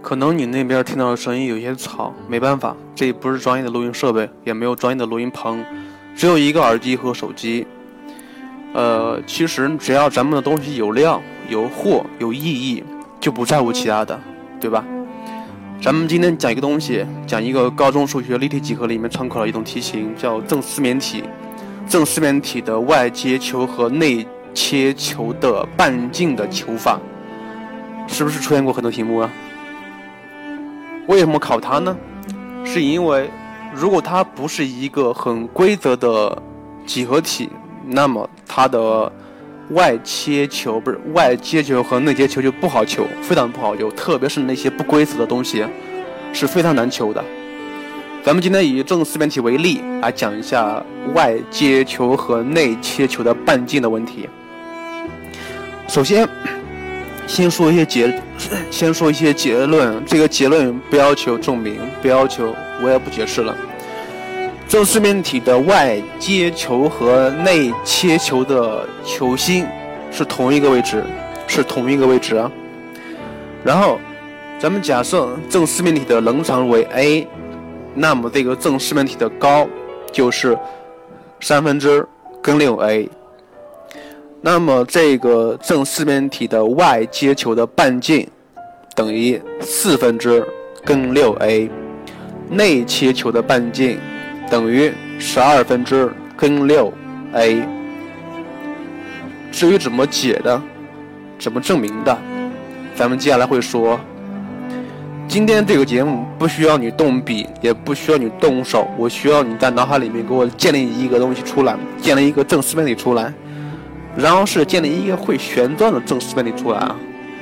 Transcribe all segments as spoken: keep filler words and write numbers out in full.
可能你那边听到的声音有些吵，没办法，这不是专业的录音设备，也没有专业的录音棚，只有一个耳机和手机。呃，其实只要咱们的东西有料、有货、有意义，就不在乎其他的，对吧？咱们今天讲一个东西，讲一个高中数学立体几何里面常考的一种题型，叫正四面体。正四面体的外接球和内切球的半径的求法，是不是出现过很多题目啊？为什么考它呢？是因为如果它不是一个很规则的几何体，那么它的外切球不是外接球和内接球就不好求，非常不好求，特别是那些不规则的东西是非常难求的。咱们今天以正四面体为例来讲一下外接球和内切球的半径的问题。首先先说一些结先说一些结论，这个结论不要求证明，不要求，我也不解释了。正四面体的外接球和内切球的球心是同一个位置，是同一个位置啊。然后咱们假设正四面体的棱长为 a， 那么这个正四面体的高就是三分之根六 a。那么这个正四面体的外接球的半径等于四分之根六 a， 内切球的半径等于十二分之根六 a。 至于怎么解的，怎么证明的，咱们接下来会说。今天这个节目不需要你动笔，也不需要你动手，我需要你在脑海里面给我建立一个东西出来，建立一个正四面体出来，然后是建立一个会旋转的正四面体出来啊。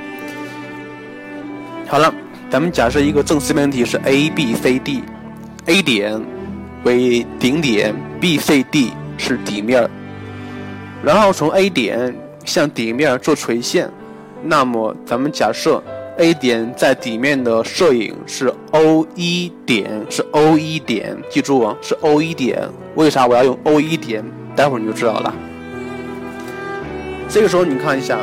好了，咱们假设一个正四面体是 A B C D，A 点为顶点 ，B C D 是底面，然后从 A 点向底面做垂线，那么咱们假设 A 点在底面的摄影是 O 一 点，是 O 一 点，记住啊，是 O 一 点。为啥我要用 O 一 点？待会儿你就知道了。这个时候你看一下，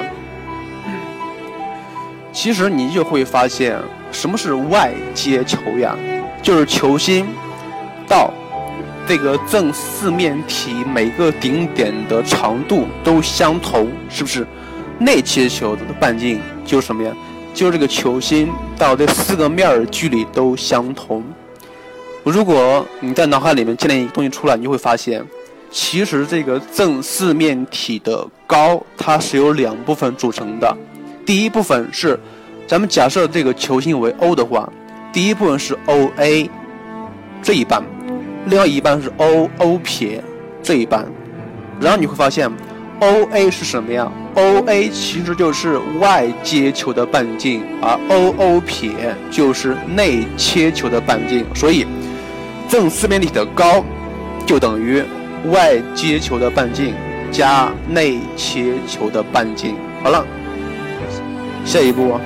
其实你就会发现什么是外接球呀？就是球心到这个正四面体每个顶点的长度都相同，是不是？内切球的半径就是什么呀？就是这个球心到这四个面距离都相同。如果你在脑海里面建立一个东西出来，你就会发现，其实这个正四面体的高它是由两部分组成的。第一部分是，咱们假设这个球心为 O 的话，第一部分是 O A 这一半，另外一半是 O O 撇这一半。然后你会发现 O A 是什么呀？ O A 其实就是外接球的半径，而 O O 撇就是内切球的半径，所以正四面体的高就等于外接球的半径加内切球的半径。好了，下一步，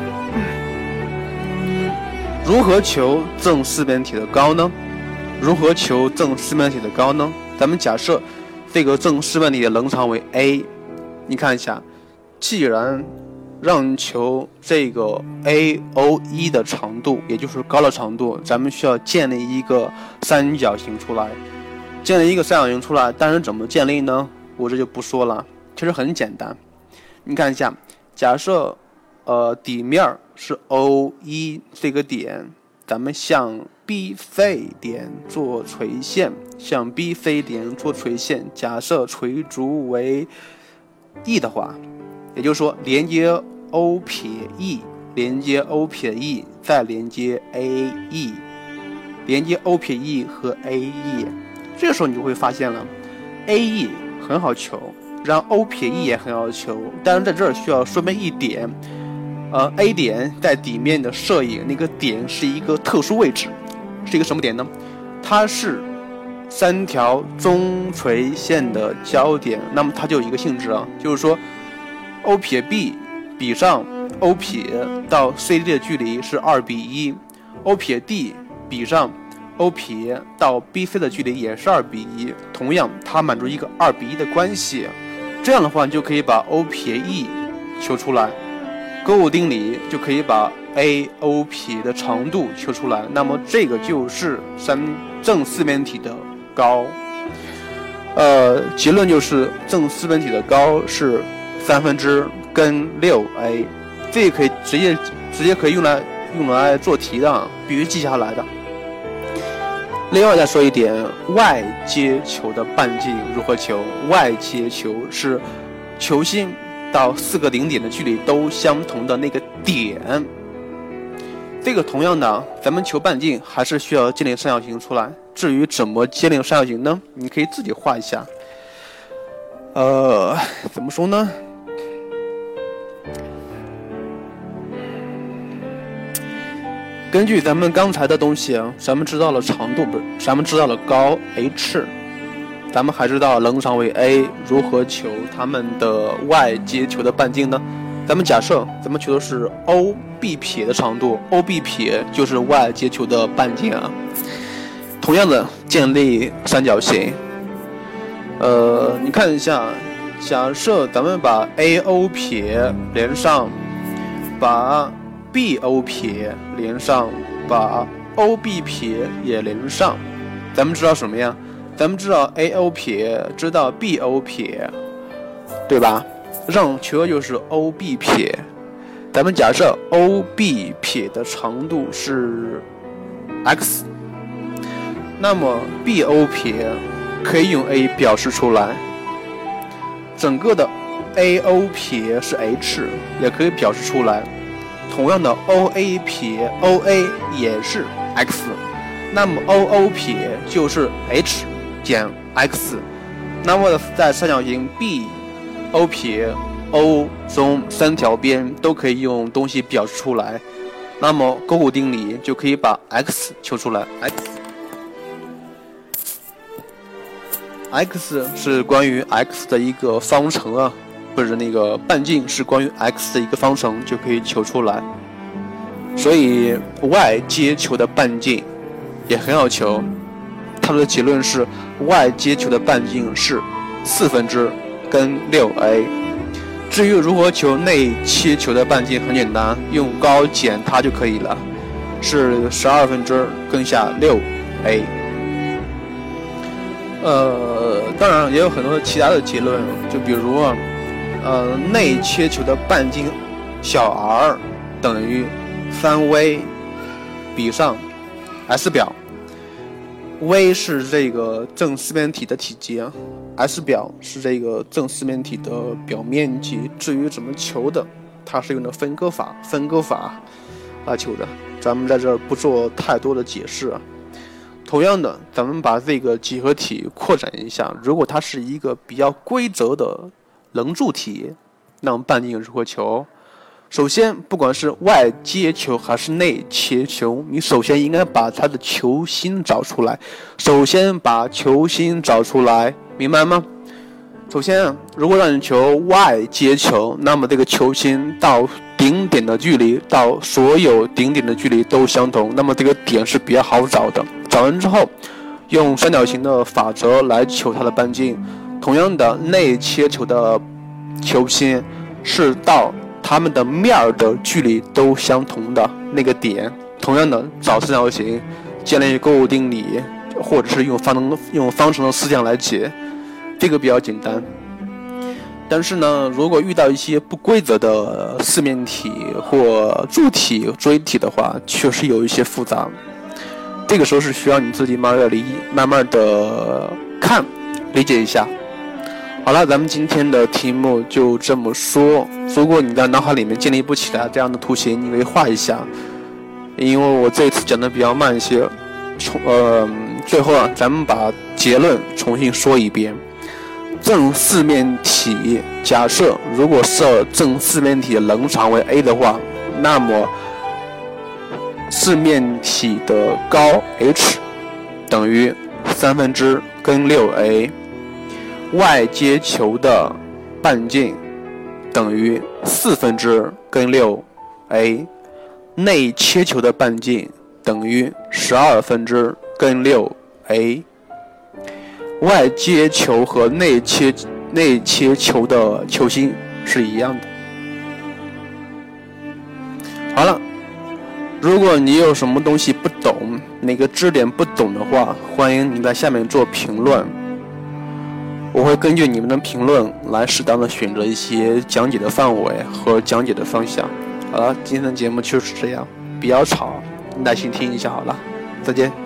如何求正四面体的高呢？如何求正四面体的高呢？咱们假设这个正四面体的棱长为 A， 你看一下，既然让求这个 A O 一 的长度，也就是高的长度，咱们需要建立一个三角形出来。建立一个三角形出来，但是怎么建立呢？我这就不说了，其实很简单。你看一下，假设呃底面是 O 一 这个点，咱们向 B C 点做垂线，向 B C 点做垂线，假设垂足为 E 的话，也就是说连接 O 撇 E， 连接 O 撇 E， 再连接 A E， 连接 O 撇 E 和 A E。 这个时候你就会发现了 A E 很好求，然后 O 撇 E 也很好求，但是在这儿需要说明一点，呃 A 点在底面的摄影那个点是一个特殊位置，是一个什么点呢？它是三条中垂线的交点，那么它就有一个性质啊，就是说 O 撇 B 比上 O 撇到 C D 的距离是二比一， O 撇 D 比上 O 撇到 B C 的距离也是二比一，同样它满足一个二比一的关系。这样的话你就可以把 O 撇 E 求出来，勾股定理就可以把 A O 撇的长度求出来，那么这个就是三正四面体的高。呃，结论就是正四面体的高是三分之根六 a， 这个可以直接直接可以用来用来做题的，必须记下来的。另外再说一点，外接球的半径如何求？外接球是球心到四个顶点的距离都相同的那个点。这个同样的，咱们求半径还是需要建立三角形出来。至于怎么建立三角形呢？你可以自己画一下。呃，怎么说呢？根据咱们刚才的东西，咱们知道了长度不是，咱们知道了高 h， 咱们还知道棱长为 a， 如何求它们的外接球的半径呢？咱们假设咱们求的是 O B 撇的长度 ，O B 撇就是外接球的半径啊。同样的，建立三角形。呃，你看一下，假设咱们把 A O 撇连上，把 B O 撇连上，把 O B 撇也连上，咱们知道什么呀？咱们知道 A O 撇，知道 B O 撇，对吧？让求的就是 O B 撇。咱们假设 O B 撇的长度是 x， 那么 B O 撇可以用 a 表示出来。整个的 A O 撇是 h， 也可以表示出来。同样的 O A 撇 O A 也是 x， 那么 O O 撇就是 h 减 x。那么在三角形 B O 撇 O 中三条边都可以用东西表示出来，那么勾股定理就可以把 x 求出来。x x 是关于 x 的一个方程啊，或者那个半径是关于 x 的一个方程，就可以求出来。所以外接球的半径也很好求，它的结论是外接球的半径是四分之根六 a。至于如何求内切球的半径，很简单，用高减它就可以了，是十二分之根下六 a。呃，当然也有很多其他的结论，就比如啊，呃，内切球的半径小 r 等于三 v 比上 S 表。V 是这个正四面体的体积 ，S 表是这个正四面体的表面积。至于怎么求的，它是用的分割法，分割法来求的。咱们在这儿不做太多的解释啊。同样的，咱们把这个几何体扩展一下，如果它是一个比较规则的棱柱体，那么半径如何求？首先，不管是外接球还是内切球，你首先应该把它的球心找出来。首先把球心找出来，明白吗？首先，如果让你求外接球，那么这个球心到顶点的距离，到所有顶点的距离都相同，那么这个点是比较好找的。找完之后，用三角形的法则来求它的半径。同样的，内切球的球心是到它们的面儿的距离都相同的那个点。同样的，找三角形，建立勾股定理，或者是用方程用方程的思想来解，这个比较简单。但是呢，如果遇到一些不规则的四面体或柱体、锥体的话，确实有一些复杂。这个时候是需要你自己慢慢的理慢慢的看理解一下。好了，咱们今天的题目就这么说。如果你在脑海里面建立不起来这样的图形，你可以画一下。因为我这次讲的比较慢一些，从呃最后啊，咱们把结论重新说一遍。正四面体，假设如果设正四面体的棱长为 a 的话，那么四面体的高 h 等于三分之根六 a。外接球的半径等于四分之根六 a， 内切球的半径等于十二分之根六 a。外接球和内切内切球的球心是一样的。好了， 如果你有什么东西不懂，哪个知识点不懂的话，欢迎你在下面做评论，我会根据你们的评论来适当的选择一些讲解的范围和讲解的方向。好了，今天的节目就是这样，比较吵，耐心听一下好了，再见。